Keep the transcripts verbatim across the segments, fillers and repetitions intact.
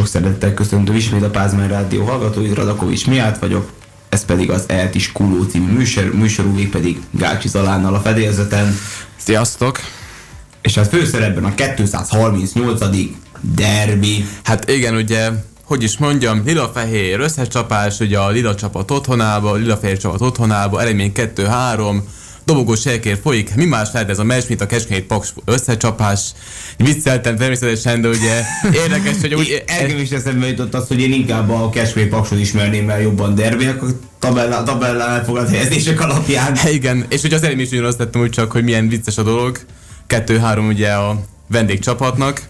szeretettel köszöntöm ismét a Pázmány Rádió hallgatóit, Radakovics Miát vagyok, ez pedig az Eltis Kuló című műsor, műsorúvég pedig Gácsi Zalánnal a fedélzeten. Sziasztok! És hát főszerepben a kétszázharmincnyolcadik derbi. Hát igen, ugye, hogy is mondjam, lila-fehér összecsapás, ugye a lila csapat otthonába, a lila-fehér csapat otthonába, eredmény kettő három, dobogós selkér folyik, mi más lehet ez a meccs, mint a Kecskemét Paks összecsapás. Vicceltem természetesen, de ugye érdekes, hogy úgy... Engem is eszembe jutott az, hogy én inkább a Kecskemét Paksot ismerném el jobban derbinek, a tabellán tabella elfoglalt helyezések alapján. Igen, és ugye az eredmény is ugyanazt tettem úgy csak, hogy milyen vicces a dolog. kettő három ugye a vendégcsapatnak.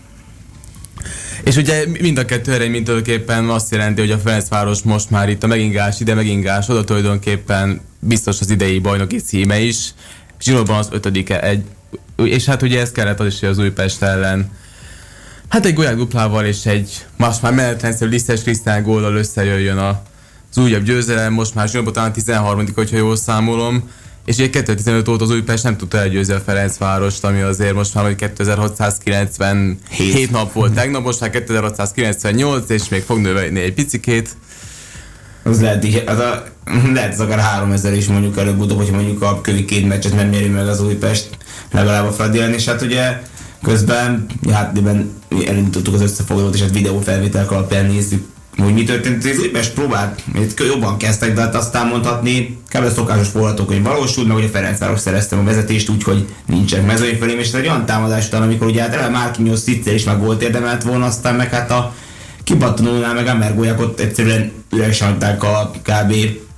És ugye mind a kettő eredmény tulajdonképpen azt jelenti, hogy a Ferencváros most már itt a megingás, ide megingás, oda tulajdonképpen biztos az idei bajnoki címe is. Zsinórban az ötödike egy, és hát ugye ez kellett az is, hogy az Újpest ellen hát egy golyák duplával és egy most már menetlenszerű Lisztes Krisztán góllal összejöjjön az újabb győzelem, most már Zsinórban talán tizenharmadik, hogyha jól számolom. És ugye kétezer-tizenöt óta az Újpest nem tudta elgyőzni a Ferencvárost, ami azért most már kétezer-hatszázkilencvenhét nap volt tegnap, most már kétezer-hatszázkilencvennyolc, és még fog növelni egy picikét. Az lehet, az a, lehet az akár háromezer is mondjuk előbb-utóbb, hogy mondjuk a kövi két meccset nem nyeri meg az Újpest, legalább a Fradi ellen, és hát ugye közben háttérben elindítottuk az összefoglalót, és hát videófelvételek alapján nézzük, hogy mi történt. Az Újpest próbált, jobban kezdtek, de hát aztán mondhatni, kb. Szokásos forgatókönyv valósult, meg hogy a Ferencváros szerezte a vezetést, úgyhogy nincsenek mezőny felém, és ez egy olyan támadás után, amikor ugye hát eleve Márkínyosz Sziccer is meg volt érdemelt volna, aztán meg hát a kipattanónál meg Amergólyák ott egyszerűen üresen hagyták a kb.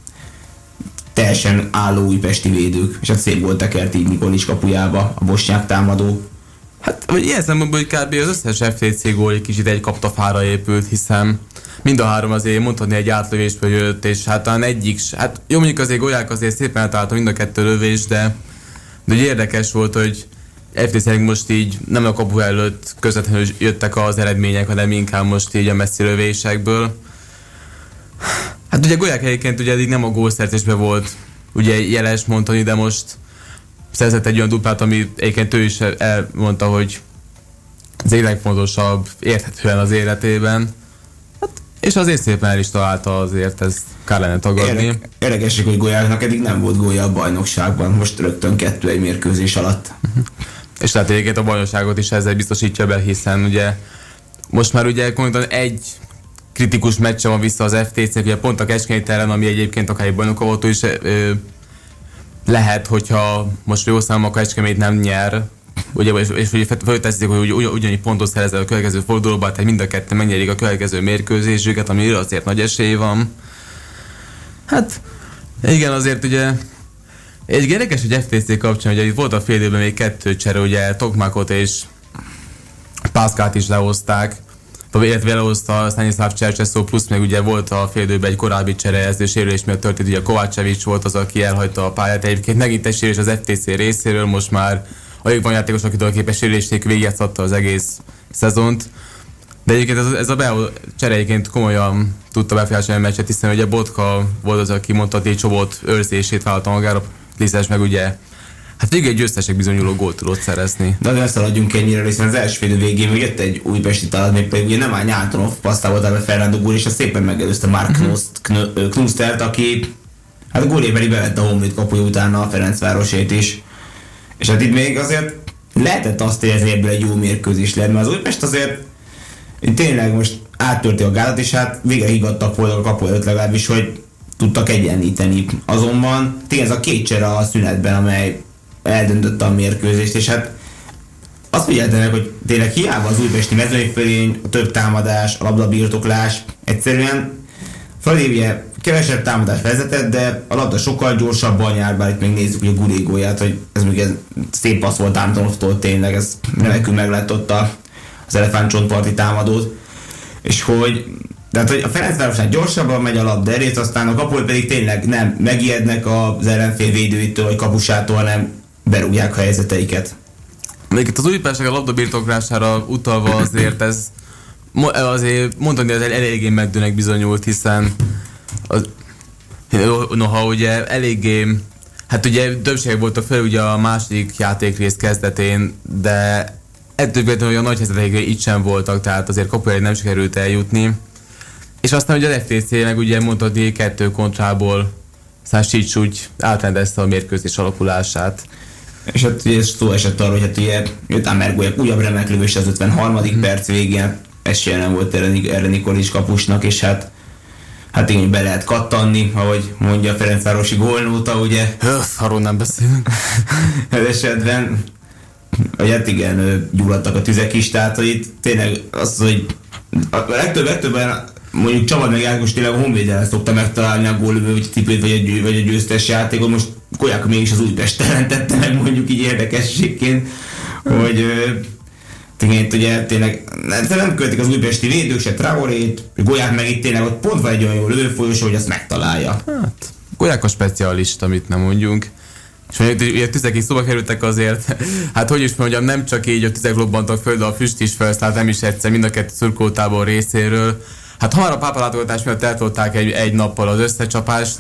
Teljesen álló újpesti védők, és hát szép volt tekert így Nikolics kapujába a bosnyák támadó. Hát, vagy ilyen szempontból, hogy kb. Az összes ef té cé gól egy kicsit egy kaptafára épült, hiszen mind a három azért mondhatni egy átlövésből jött, és hát talán egyik, hát jó mondjuk azért Golyák azért szépen eltalálta mind a kettő lövés, de, de ugye érdekes volt, hogy ef té cé-nek most így nem a kapu előtt közvetlenül jöttek az eredmények, hanem inkább most így a messzi lövésekből. Hát ugye Golyák egyébként ugye eddig nem a gólszerzésben volt ugye jeles mondani, de most szerzett egy olyan duplát, ami egyébként ő is elmondta, hogy az egyik legfontosabb érthetően az életében. Hát, és azért szépen el is találta, azért ez kár lenne tagadni. Érdekes, hogy Golyáknak eddig nem volt gólja a bajnokságban, most rögtön kettő egy mérkőzés alatt. Uh-huh. És tehát egyébként a bajnokságot is ezzel biztosítja be, hiszen ugye most már ugye konkrétan egy kritikus meccse van vissza az ef té cé-nek, ugye pont a Kecskemét ellen, ami egyébként akár egy bajnokavató is ö, lehet, hogyha most jó számom a Kecskemét nem nyer, ugye, és, és ugye felteszik, hogy ugy, ugyanígy pontot szerezzel a következő fordulóban, tehát mind a ketten megnyerik a következő mérkőzésüket, amire azért nagy esély van. Hát igen, azért ugye egy érdekes, hogy ef té cé kapcsán, ugye itt volt a fél időben még kettő csere, ugye Tokmakot és Pászkát is lehozták, illetve lehozta Stanislav Csercseszó, plusz még ugye volt a fél időben egy korábbi csere, ez és sérülés miatt történt, ugye Kovácsevics volt az, aki elhagyta a pályát. Egyébként megint egy sérülés az ef té cé részéről, most már alig van játékos, akitől képes sérülés nélkül végigjátszhatta az egész szezont. De egyébként ez, ez a Beó csere egyébként komolyan tudta befolyásolni a meccset, hiszen ugye Botka volt az, aki mondta, hogy Csobot őrzését vállalta magára, Lisztes meg ugye hát végül egy győztesek bizonyuló gólt tudott szerezni. De azért szaladjunk ennyire, hiszen az első fél végén még jött egy újpesti találat, még pedig ugye nem áll Nyátonov, passztával be Fernando Gól, és a szépen megelőzte Mark uh-huh. Knustert, aki hát a gólébeli bevette a Honvéd kapuja utána a Ferencvárosét is. És hát itt még azért lehetett azt, hogy ezért egy jó mérkőzés lett, mert az Újpest azért tényleg most áttörti a gátat, és hát végre higgadtak volna a kapu előtt legalábbis, hogy tudtak egyenlíteni. Azonban tényleg ez a két csere a szünetben, amely eldöntötte a mérkőzést, és hát azt figyeltenek, hogy tényleg hiába az újpesti mezőnyfölény, a több támadás, a labdabirtoklás, egyszerűen Fradi kevesebb támadás vezetett, de a labda sokkal gyorsabban jár, bár itt még nézzük ugye a Gurégóját, hogy ez még egy szép passz volt Antonovtól, tényleg ez remekül meglett ott az elefántcsontparti támadót, és hogy tehát, hogy a Ferencvárosnál gyorsabban megy a labda erét, aztán a kapuj pedig tényleg nem megijednek az ellenfél védőitől vagy kapusától, hanem berúgják a helyzeteiket. Még itt az Újpestnek a labdabirtoklására utalva azért ez azért mondani, hogy ez eléggé megdőnek bizonyult, hiszen az, noha ugye eléggé, hát ugye többség volt a fel ugye a második játékrész kezdetén, de ettől véletlenül olyan nagy helyzetek itt sem voltak, tehát azért kapujáig nem sikerült eljutni. És aztán ugye az ef té cé meg ugye mondhatni kettő kontrából Szásics úgy átrendezte a mérkőzés alakulását. És hát ugye szó esett arra, hogy hát ugye jött Amergólyák újabb remek lövés az ötvenharmadik Mm-hmm. perc végén, esélye nem volt erre, erre Nikolic kapusnak, és hát hát igen, be lehet kattanni, ahogy mondja a Ferencvárosi gólnóta, ugye. Höff, arról nem beszélünk. Ez esetben, hogy hát igen, gyulladtak a tüzek is, tehát hogy itt tényleg az, hogy a legtöbb, legtöbben mondjuk Csabad meg János tényleg a Honvéddel szokta megtalálni a gólövő, vagy a cipőt, vagy a, vagy a győztes játékot, most Golyák mégis az Újpest jelentette meg mondjuk így érdekességként, hogy igen, itt ugye tényleg nem követik az újpesti védők, se Traorét, Golyák meg itt tényleg ott pont van egy olyan jó lövőfolyosó, hogy azt megtalálja. Hát, Golyák a specialista, mit nem mondjunk. És mondjuk, hogy a tüzek is szóba kerültek azért, hát hogy is mondjam, nem csak így a tüzek robbantak föl, de a füst is felszállt, nem is egyszer, mind a kettő szurkolótábor részéről. Hát hamar a pápalátogatás miatt eltolták egy, egy nappal az összecsapást.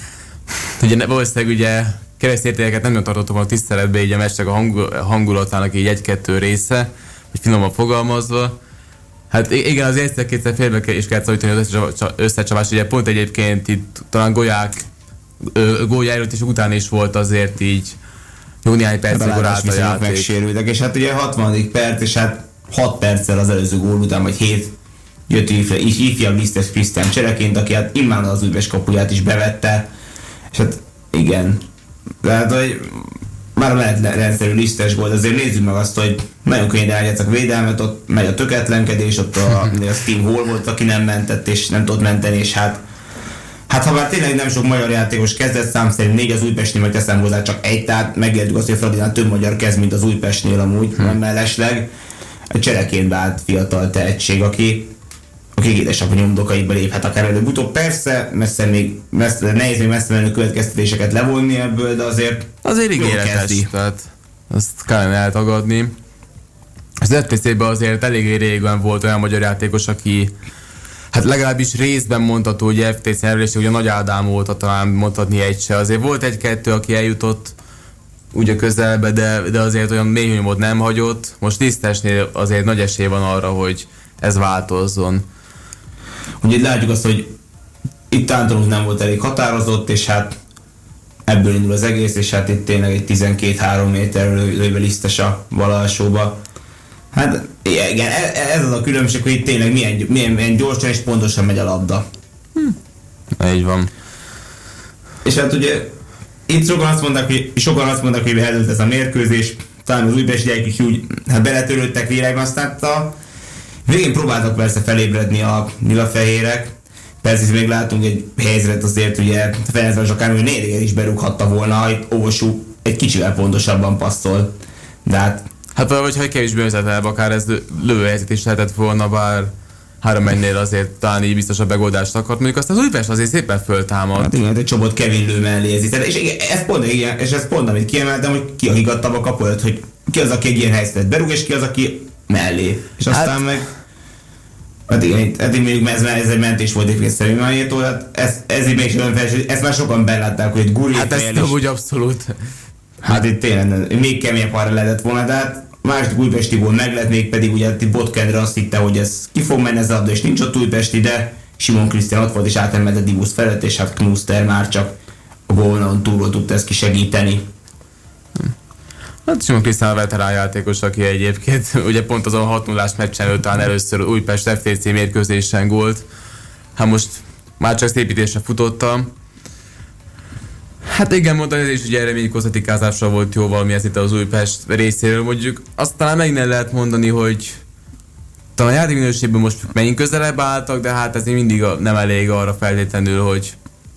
Ugye valószínűleg ugye keresztértékeket nem tartottam a tiszteletbe így a meccsnek a hangulatának így egy-kettő része, hogy finoman fogalmazva. Hát igen, az egyszer-kétszer félbe is kell szólítani az összecsapás, ugye pont egyébként itt talán Golyák gólja előtt és után is volt azért így jó néhány percig állt a játék. Megsérültek, és hát ugye hatvanadik perc, és hát hat perccel az előző gól után, vagy hét jött ifjabb Lisztes Krisztián csereként, aki hát immár az Újpest kapuját is bevette, és hát igen, tehát hogy már a menetrendszerű Lisztes gól, azért nézzük meg azt, hogy nagyon könnyen eljátszik a védelmet, ott megy a töketlenkedés, ott a, a Steve Hall volt, aki nem mentett, és nem tudott menteni, és hát Hát ha már tényleg nem sok magyar játékos kezdett, szám szerint négy az Újpestnél, majd teszem hozzá csak egy, tehát megértjük azt, hogy a Fradinál több magyar kezd, mint az Újpestnél amúgy, hmm. nem mellesleg. Egy csereként beállt fiatal tehetség, aki aki édesapja nyomdokaiba léphet akár előbb-utóbb. Persze, messze még, messze, nehéz még messze menő következtetéseket levonni ebből, de azért azért ígéretes, tehát azt kellene eltagadni. Az ef té cében azért eléggé régen volt olyan magyar játékos, aki hát legalábbis részben mondható, hogy ef té cé erős, ugye Nagy Ádám volt, talán mondhatni egy se. Azért volt egy-kettő, aki eljutott ugye közelbe, de, de azért olyan mély nyomot nem hagyott. Most Lisztesnél azért nagy esély van arra, hogy ez változzon. Ugye látjuk azt, hogy itt Antonov nem volt elég határozott, és hát ebből indul az egész, és hát itt tényleg egy tizenkét-három méterről lőve Lisztes a bal alsóba. Hát igen, ez az a különbség, hogy itt tényleg milyen, milyen, milyen gyorsan és pontosan megy a labda. Hm. Így van. És hát ugye itt sokan azt mondták, hogy, sokan azt mondták, hogy eldőlt ez a mérkőzés, talán az újpestiek is úgy hát beletörődtek világban, aztán a végén próbáltak persze felébredni a nyilafehérek. Persze még látunk egy helyzetet azért, ugye a Ferencváros akár hogy négyedik is berúghatta volna, itt Óvosú egy kicsivel pontosabban passzol. De hát Hát valahogy, ha kevésbé összetelebb, akár ez lövőhelyzet is lehetett volna, bár három mennél azért talán így biztos a megoldást akart. Mondjuk azt az Újpest azért szépen föltámad. Hát igen, egy Csobot Kevin lő mellé ez itt. És igen, ez pont, igen, és ez pont, amit kiemeltem, hogy ki a higgadtabb a kapu előtt, hogy ki az, aki egy ilyen helyzetet berúg, és ki az, aki mellé. És aztán hát, meg hát igen, eddig mondjuk ez, ez egy mentés volt egyébként Szerűmányétól, hát ez, ez így még olyan felső, ezt már sokan belátták, hogy egy Guri hát ez nem úgy abszolút. Hát itt tényleg még keményebb arra lehetett volna, de hát második újpesti gól meg lett, még pedig ugye Botkedre azt hitte, hogy ez ki fog menni ez a labda, és nincs ott újpesti, de Simon Krisztián ott volt, és átemelte Dibusz felett, és hát Knuster már csak a gólon túlról tudta ezt kisegíteni. Hát Simon Krisztián a veterán játékos, aki egyébként ugye pont azon a hat nullás meccsen előtt talán először Újpest ef té cé mérkőzésen gólt. Hát most már csak szépítésre futottam. Hát igen, mondtam, ez is ugye eredmény kozmetikázásra volt jó valami ez itt az Újpest részéről, mondjuk azt talán meg nem lehet mondani, hogy talán a játékminőségben most mennyire közelebb álltak, de hát ez mindig a, nem elég arra feltétlenül, hogy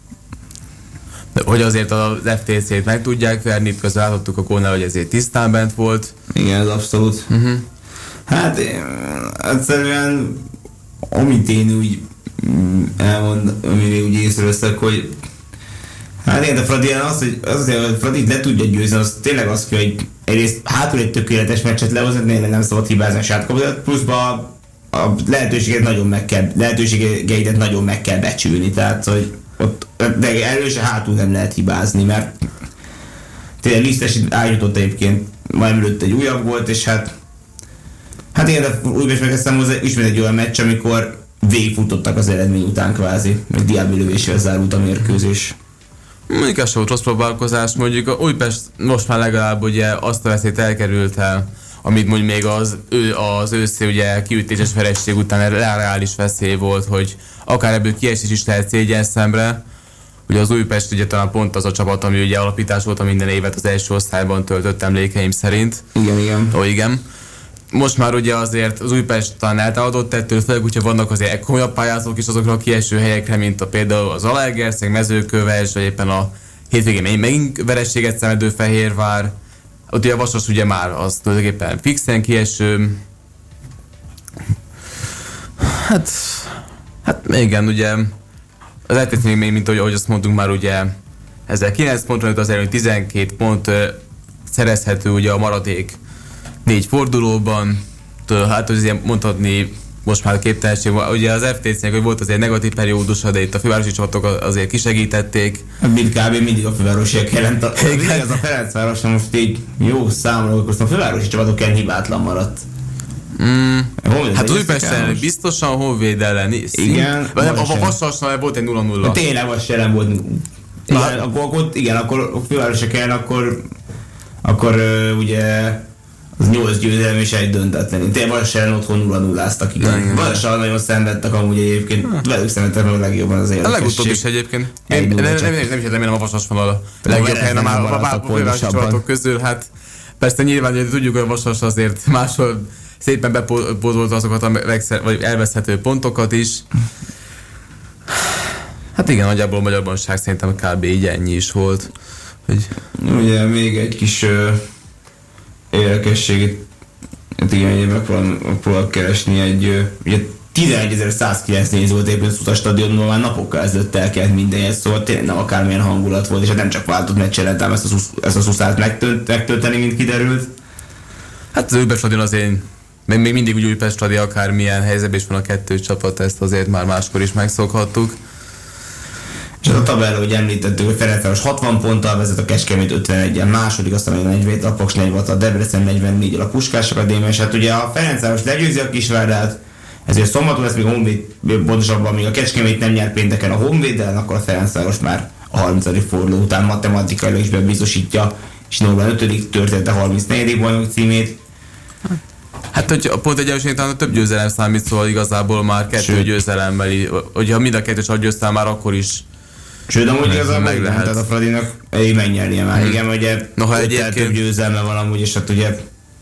hogy azért az ef té cét meg tudják verni, itt közben láthattuk a gólnál, hogy ezért tisztán bent volt. Igen, ez abszolút. Uh-huh. Hát egyszerűen amit én úgy elmond, amire úgy észreveszek, hogy hát igen, de Fradi az, hogy az azért, hogy Fradi le tudja győzni, az tényleg az, hogy egyrészt hátul egy tökéletes meccset lehozni, tényleg nem szabad hibázni a sátkapot, pluszban a lehetőséget nagyon meg kell, lehetőségeidet nagyon meg kell becsülni, tehát hogy ott, de előse hátul nem lehet hibázni, mert tényleg Lisztes állított egyébként, majd előtt egy újabb volt, és hát Hát igen, de Újpest megkezdtem hozzá ismét egy olyan meccs, amikor végigfutottak az eredmény után kvázi, meg diábi lövéssel zárult a mérkőzés. Mondjuk ez volt rossz próbálkozás, mondjuk a Újpest most már legalább ugye azt a veszélyt elkerült-e, amit mondjuk még az, ő, az őszi ugye kiütéses vereség után reális veszély volt, hogy akár ebből kiesés is lehet szégyen szemre. Ugye az Újpest ugye talán pont az a csapat, ami ugye alapítás volt, a minden évet az első osztályban töltött emlékeim szerint. Igen, igen. Ó, igen. Most már ugye azért az Újpest talán eltávolodott ettől, főleg úgyhogy vannak azért komolyabb pályázók is azokra a kieső helyekre, mint a például az Zalaegerszeg, Mezőköves, vagy éppen a hétvégén megint vereséget szenvedő Fehérvár. Ott ugye a Vasas ugye már az tulajdonképpen fixen kieső. Hát, hát igen, ugye az er té cé még, mint ahogy, ahogy azt mondtunk már, ugye ezzel kilenc pontra jut, az előtt tizenkét pont ö, szerezhető ugye a maradék négy fordulóban. Től, hát azért mondhatni most már képtelenség, ugye az ef té cé-nek hogy volt azért negatív periódusa, de itt a fővárosi csapatok azért kisegítették. Mind kb. Mindig a fővárosiak ellen. Ez a Ferencváros most így jó számoló, akkor a fővárosi csapatok ellen hibátlan maradt. Mm. Hát Újpesten biztosan Honvéd ellen is. Igen. A Vasasnál volt egy nulla nulla. Tényleg Vas ellen volt. Igen, hát, akkor, akkor, igen, akkor a fővárosok ellen, akkor, akkor uh, ugye az nyolc győzelem és egy döntetlen. Tényleg Vas ellen otthon nulla nulláztak, igen. Vassal nagyon szenvedtek amúgy egyébként. Ha. Velük szenvedtek meg a legjobban az érdekesség. A legutóbb is egyébként. Én nem, nem, nem is remélem a Vasas van a legjobb helyen a fővárosi csapatok közül. Hát persze nyilván hogy tudjuk, hogy a Vasas azért máshol szépen bepózolta azokat a megszer, vagy elveszhető pontokat is. Hát igen, nagyjából a magyar bajnokság szerintem kb. Így ennyi is volt. Hogy... Ugye még egy kis uh, érdekességét, hát igen, ugye megpróbálok keresni egy, uh, ugye tizenegyezer-százkilenc néző volt éppen a stadionban, már napokkal ezelőtt elkelt mindenhez, szóval tényleg nem akármilyen hangulat volt, és hát nem csak váltott meccsen ám ezt a, ezt a szuszát megtölt, megtölteni, mint kiderült. Hát az Újpest stadion azért még, még mindig úgy Újpest stadion akármilyen helyzetben is van a kettő csapat, ezt azért már máskor is megszokhattuk. És az a tabella, hogy említettük, hogy Ferencváros hatvan ponttal vezet, a Kecskemét ötvenegyen, második, aztán a negyvenhét, a Paks negyvenhat, a Debrecen negyvennégy, a Puskás Akadémia, és hát ugye a Ferencváros legyőzi a Kisvárdát, ezért szombaton lesz még a Honvéd, pontosabban még a Kecskemét nem nyer pénteken a Honvéddel, akkor a Ferencváros már a harmincadik forduló után matematikailag is bebiztosítja, és Norman ötödik története harmincnegyedik bajnok címét. Hát, hogy pont egyenlőségén talán több győzelem számít, szóval igazából már kettő Sőt. győzelemmel, hogyha mind a kettő csak győztem már akkor is. Sőt, amúgy igazából meg lehet. Tehát a Fradinak egy megnyernie már, hmm. igen, ugye Noha egyébként több győzelme van amúgy, és hát ugye...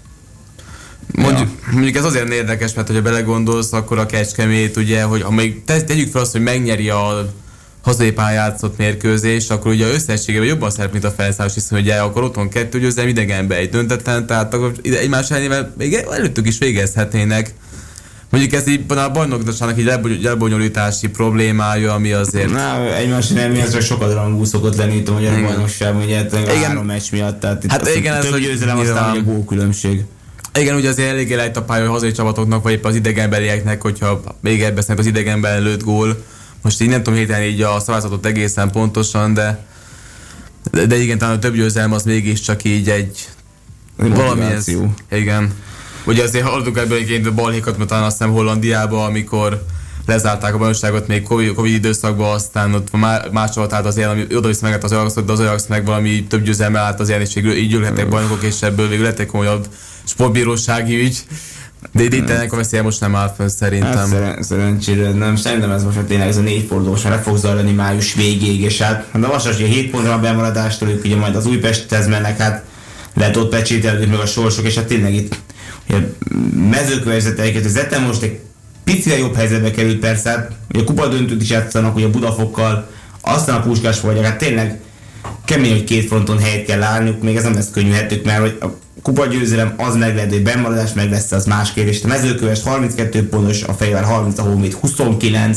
Mondjuk, ja. mondjuk ez azért érdekes, mert hogyha belegondolsz, akkor a Kecskemét, ugye, hogy ha még tegyük fel azt, hogy megnyeri a hazai pályán játszott mérkőzést, akkor ugye összességében jobban szerep, mint a Ferencváros, hiszen ugye akkor otthon kettő győzelem, idegenben egy döntetlen, tehát akkor egymás ellenében még előttük is végezhetnének. Mondjuk ez így a bajnokságnak egy lebonyolítási problémája, ami azért... Na, egymás nem, ez csak sokat rangú szokott lenni itt a magyar bajnokság, ugye három meccs miatt, tehát itt hát igen, több győzelem, aztán egy gólkülönbség. Igen, ugye azért eléggé lejt a pálya a hazai csapatoknak, vagy éppen az idegenbelieknek, hogyha még ebben szerint az idegenben lőtt gól. Most így nem tudom héten így a szavazatot egészen pontosan, de, de, de igen, talán a több győzelem az mégiscsak így egy valami ez. Igen. Ugye azért hallottuk ebből egyébként a balhékat, mert talán azt hiszem Hollandiába, amikor lezárták a bajnokságot még Covid, COVID időszakban, aztán ott más csapat állt az ilyen, ami oda-vissza megállt az Ajaxot, de az Ajax meg valami több győzelme állt az ilyen, és végül így ülhettek bajnokok, és ebből végül lett egy komolyabb sportbírósági ügy. De itt ennek a veszélye most nem áll fönn szerintem. Hát szeren- szerencsére nem. Szerintem ez most tényleg ez a négy forduló most már le fog zajlani május végéig, és hát a Vasas ugye hét pontra a bemaradástól, ők ugye majd az Újpesthez mennek, hát lehet ott pecsételődik meg a sorsok, és hát tényleg itt ugye mezőkövezeteiket, az Zeten most egy picire jobb helyzetbe került persze, hát ugye a kupadöntőt is játszanak, ugye a Budafokkal, aztán a Puskás Foldják, hát tényleg kemény, hogy két fronton helyet kell állniuk, még ez nem lesz könnyű hetük, mert hogy a kupagyőzelem az meg lehet, hogy bennmaradás meg lesz, az más kérdés. A Mezőkövesd harminckettő pontos, a Fehérvár harminc, a Honvéd huszonkilenc.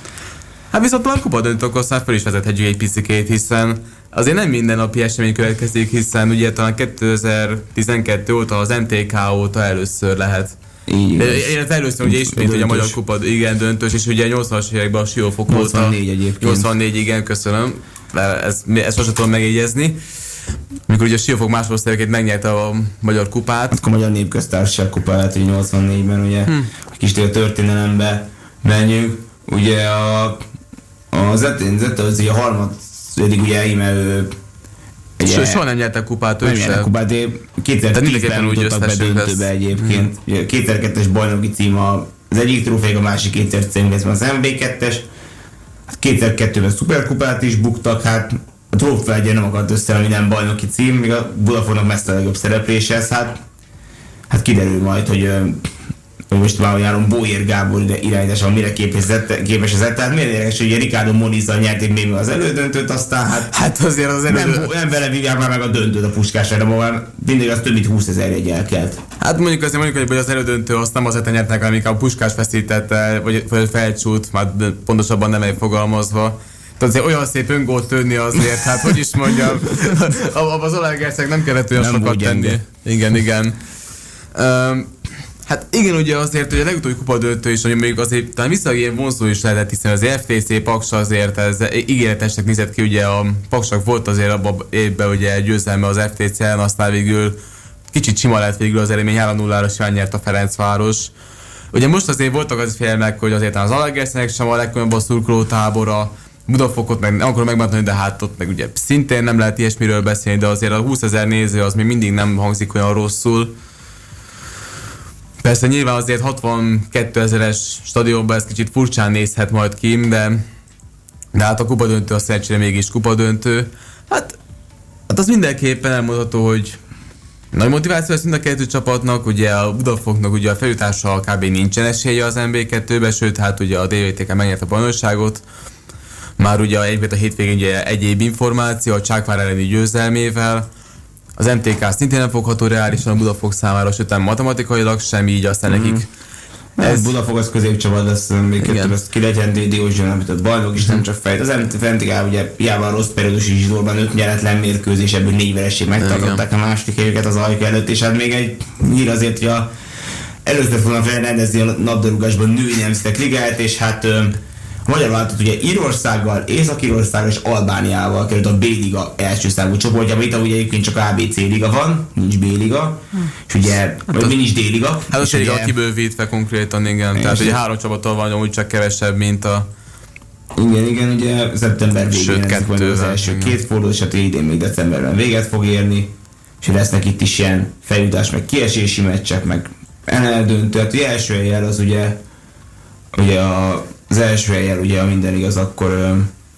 Hát viszont már kupadöntők aztán fel is vezethetjük egy picikét, hiszen azért nem minden napi esemény következik, hiszen ugye talán kétezer-tizenkettő óta, az em té ká óta először lehet. Illetve először ugye ismét hogy a Magyar Kupa, igen, döntős, és ugye nyolcvanas években a Siófok óta. nyolcvannégy egyébként. nyolcvannégy, igen, köszönöm. Ez, ezt most tudom megjegyezni. amikor ugye a Siófok másodszorként megnyerte a magyar kupát. Akkor a Magyar Népköztársaság kupáját, ugye nyolcvannégyben, ugye hm. kis történelembe menjünk. Ugye a, a Zete az ugye a harmadik, ugye íme ő Ugye, soha nem nyertek kupát, nem nyertek kupát, de kétezer-tízben jutottak be döntőbe egyébként. Hmm. kétezer-kettes bajnoki cím az egyik trófeig, a másik kétezer-tizenkilencben az em bé kettes. kétezer-kettőben szuperkupát is buktak, hát a trófea egyen nem akart össze, ami nem bajnoki cím, míg a Budafontnak messze a legjobb szerepléshez, hát, hát kiderül majd, hogy hogy most már nyáron Bóér Gábor irányítása, mire képes ez. Tehát miért érdekes, hogy Ricardo Monizzal nyerték még az elődöntőt, aztán hát, hát azért az elődöntőt. Nem, nem vele vívják már meg a döntőt a Puskásra, de már mindig az több mint húszezer egy elkelt. Hát mondjuk azért mondjuk, hogy az elődöntő azt nem azért nyertek, hanem inkább a Puskás veszítette, vagy, vagy felcsút, már pontosabban nem egy fogalmazva. Tehát azért olyan szép öngót tönni azért, hát hogy is mondjam, az Zalaegerszeg nem kellett olyan nem sokat tenni. Igen, igen. Um, Hát igen, ugye azért, hogy a legutóbbi kupadöntő is, hogy még azért talán viszonylag ilyen vonzó is lehetett, hiszen az ef té cé Paksa azért ez ígéretesnek nézett ki, ugye a Paksak volt azért abban évben ugye győzelme az ef té cé ellen, aztán végül kicsit sima lett végül az eredmény, három nullára sem nyert a Ferencváros. Ugye most azért voltak az félmek, hogy azért az Zalaegerszegnek sem a legkomolyabb a szurkoló tábora, Budafokot meg nem akarom megmondani, de hát ott meg ugye szintén nem lehet ilyesmiről beszélni, de azért a húszezer néző az még mindig nem hangzik olyan rosszul. Persze nyilván azért hatvankétezeres stadionban ez kicsit furcsán nézhet majd ki, de, de hát a kupadöntő a szerencsére mégis kupadöntő. Hát, hát az mindenképpen elmondható, hogy nagy motiváció lesz mind a kettő csapatnak, ugye a Budafoknak ugye a feljutással kb. Nincsen esélye az em bé kettőbe, sőt hát ugye a dé vé té ká megnyerte a bajnokságot. Már ugye egyébként a hétvégén ugye egyéb információ a Csákvár elleni győzelmével. Az em té ká szintén nem fogható reálisan a Budafok számára, sőt nem matematikailag sem, így aztán mm. nekik. Ez Budafok az középcsapat lesz, még kettő, ezt ki legyen Diózsán, amit a bajnok is nem csak fejt. Az em té ká ugye hiába a rossz periódus is zsidorban öt nyeretlen mérkőzés, ebből négy veresség megtartották a második helyüket az ajka előtt, és hát még egy hír azért, hogy a először fognak rendezni a labdarúgásban női nemzetek ligáját, és hát a magyar válogatott ugye Írországgal, Észak-Írországgal és Albániával került a B-liga első számú csoportjába. Itt ugye egyébként csak á bé cé liga van, nincs B-liga, és ugye, hát vagy az, nincs D-liga. Hát az liga kibővítve konkrétan, igen. Tehát ugye három csapattal van, úgy csak kevesebb, mint a... Igen, igen, ugye szeptember végén kettő, az első igen. két forduló, és hát idén még decemberben véget fog érni, és lesznek itt is ilyen feljutás, meg kiesési meccsek, meg eldöntő. Hát ugye első helyen az ugye, ugye a az első helyen, ugye, ha minden igaz, akkor ö,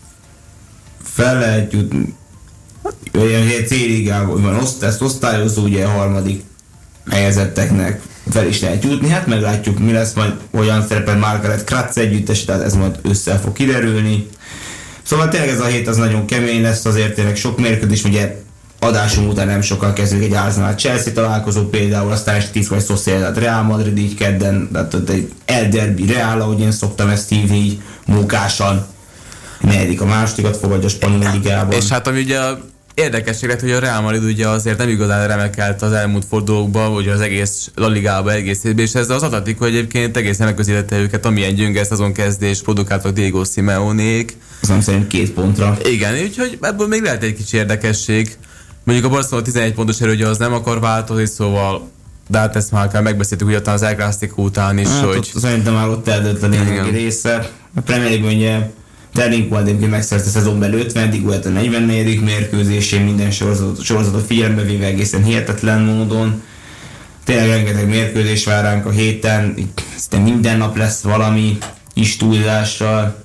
fel lehet jutni, olyan C-ligában van, oszt, ezt osztályozó, ugye a harmadik helyezetteknek fel is lehet jutni, hát meglátjuk, mi lesz majd, hogyan szerepel Margaret Kratz együttes, tehát ez majd össze fog kiderülni. Szóval tényleg ez a hét az nagyon kemény lesz, azért tényleg sok mérkőzés, ugye adásunk után nem sokkal kezdődik egy Arsenal-Chelsea találkozó például, aztán este tíz vagy Sociedad Real Madrid így kedden, tehát egy El Derby Real, ahogy én szoktam ezt hívni így mókásan. Negyedik a másodikat fogadja a spanyol ligában. És hát ami ugye érdekesség lett, hogy a Real Madrid ugye azért nem igazán remekelt az elmúlt fordulókban, ugye az egész La Ligában egész évben, és ez az Atletico egyébként egészen megközelítette őket, amilyen gyönge szezon kezdés produkáltak Diego Simeonék. Azon szerint két pontra. Igen, úgyhogy ebből még lehet egy kicsi érdekesség. Mondjuk a Barcelona tizenegy pontos erődje az nem akar változni, szóval de hát ezt már kell megbeszéltük ugye az El Clásico után is, hát, hogy... Ott, szerintem már ott eldönt a lényegi része. A Premier League ugye Terlinkó egyébként megszerzte a szezonban ötvenedik volt a negyvennegyedik mérkőzésén, minden sorozatot, sorozatot figyelembe véve egészen hihetetlen módon. Tényleg rengeteg mérkőzés vár ránk a héten, itt minden nap lesz valami kis túlzással.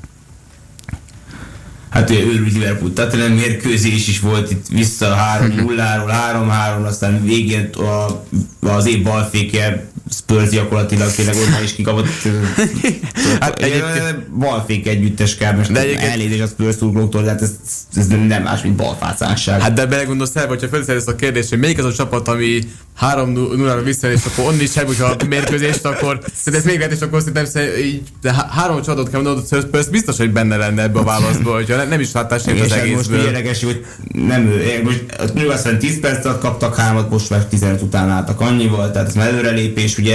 Hát ugye őrült Liverpool Tottenham mérkőzés is volt, itt vissza három nulláról három három, aztán végén a, az év balféke Spurs gyakorlatilag tényleg onnan is kikapott. Hát egyébként balfék együttes kell, most elnézést a Spurs szurkolóktól, de hát ez, ez nem más, mint balfácánság. Hát de belegondolsz el, hogyha felszed ezt a kérdést, hogy melyik az a csapat, ami három nullára vissza, és akkor onni sem, hogyha a mérkőzést, akkor szerintem ez még lehet, és akkor szerintem így, de három csapatot kell mondanod, hogy Spurs biztos, hogy benne lenne ebbe a válaszból, hogyha nem is láttál semmit az egészből. Most érdekes, hogy nem ő, most Newcastle tíz percet kaptak hármat, most már tizenöt után álltak annyival, tehát ez már előrelépés, ugye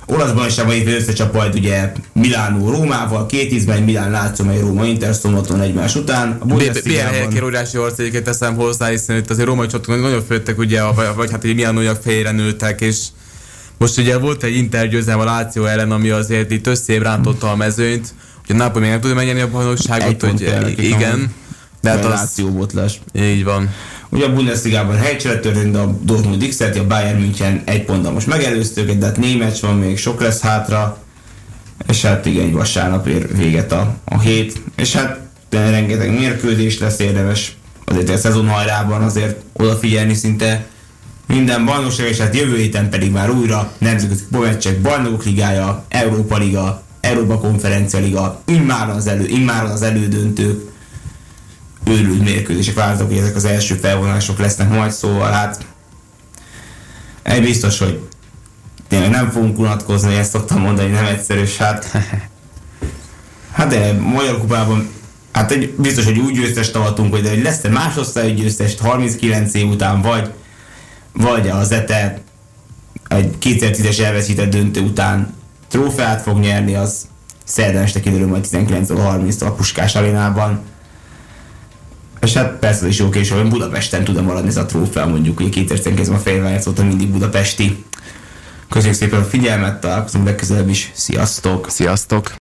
olasz bajnokságban itt összecsapalt ugye Milánó Rómával, két ízben, Milán Lazio, mely Róma Inter szombaton egymás után. Milyen helyekírórási harc egyébként teszem hozzá, hiszen itt azért római csapatok nagyon főttek, ugye, vagy, vagy hát egy milánóiak félre nőttek, és most ugye volt egy Inter győzelem a Lazio ellen, ami azért itt összébb rántotta a mezőnyt. Ugye Napoli még nem tudja megnyerni a bajnokságot, hogy igen. De hát az Lazio botlás. Így van. Ugye a Bundesligában helycsere történt, a Dortmund X-et, a Bayern München egy ponttal most megelőzte őket, de hát négy meccs van, még sok lesz hátra, és hát igen, vasárnap ér véget a, a hét, és hát rengeteg mérkőzés lesz érdemes, azért a szezon hajrában azért odafigyelni szinte minden bajnokság, és hát jövő héten pedig már újra nemzetközi meccsek, Bajnokok Ligája, Európa Liga, Európa Konferencia Liga, immáron az, elő, immáron az elődöntők, őrült mérkőzések várhatók, hogy ezek az első felvonások lesznek majd, szóval hát egy biztos, hogy tényleg nem fogunk unatkozni, ezt szoktam mondani, nem egyszerűs, hát hát de Magyar Kupában hát egy, biztos, hogy úgy győztest tavatunk, hogy, de, hogy lesz-e másosztályú győztest harminckilenc év után, vagy vagy az é té e egy kétezer-tízes elveszített döntő után trófeát fog nyerni, az szerdán este kiderül majd tizenkilenc óra harminctól a Puskás Arénában. És hát persze is jó késő, hogy Budapesten tud maradni ez a trófea, mondjuk, hogy kétezer-tizenkilencben a Fehérvár óta mindig budapesti. Köszönjük szépen a figyelmet, találkozunk legközelebb is. Sziasztok! Sziasztok!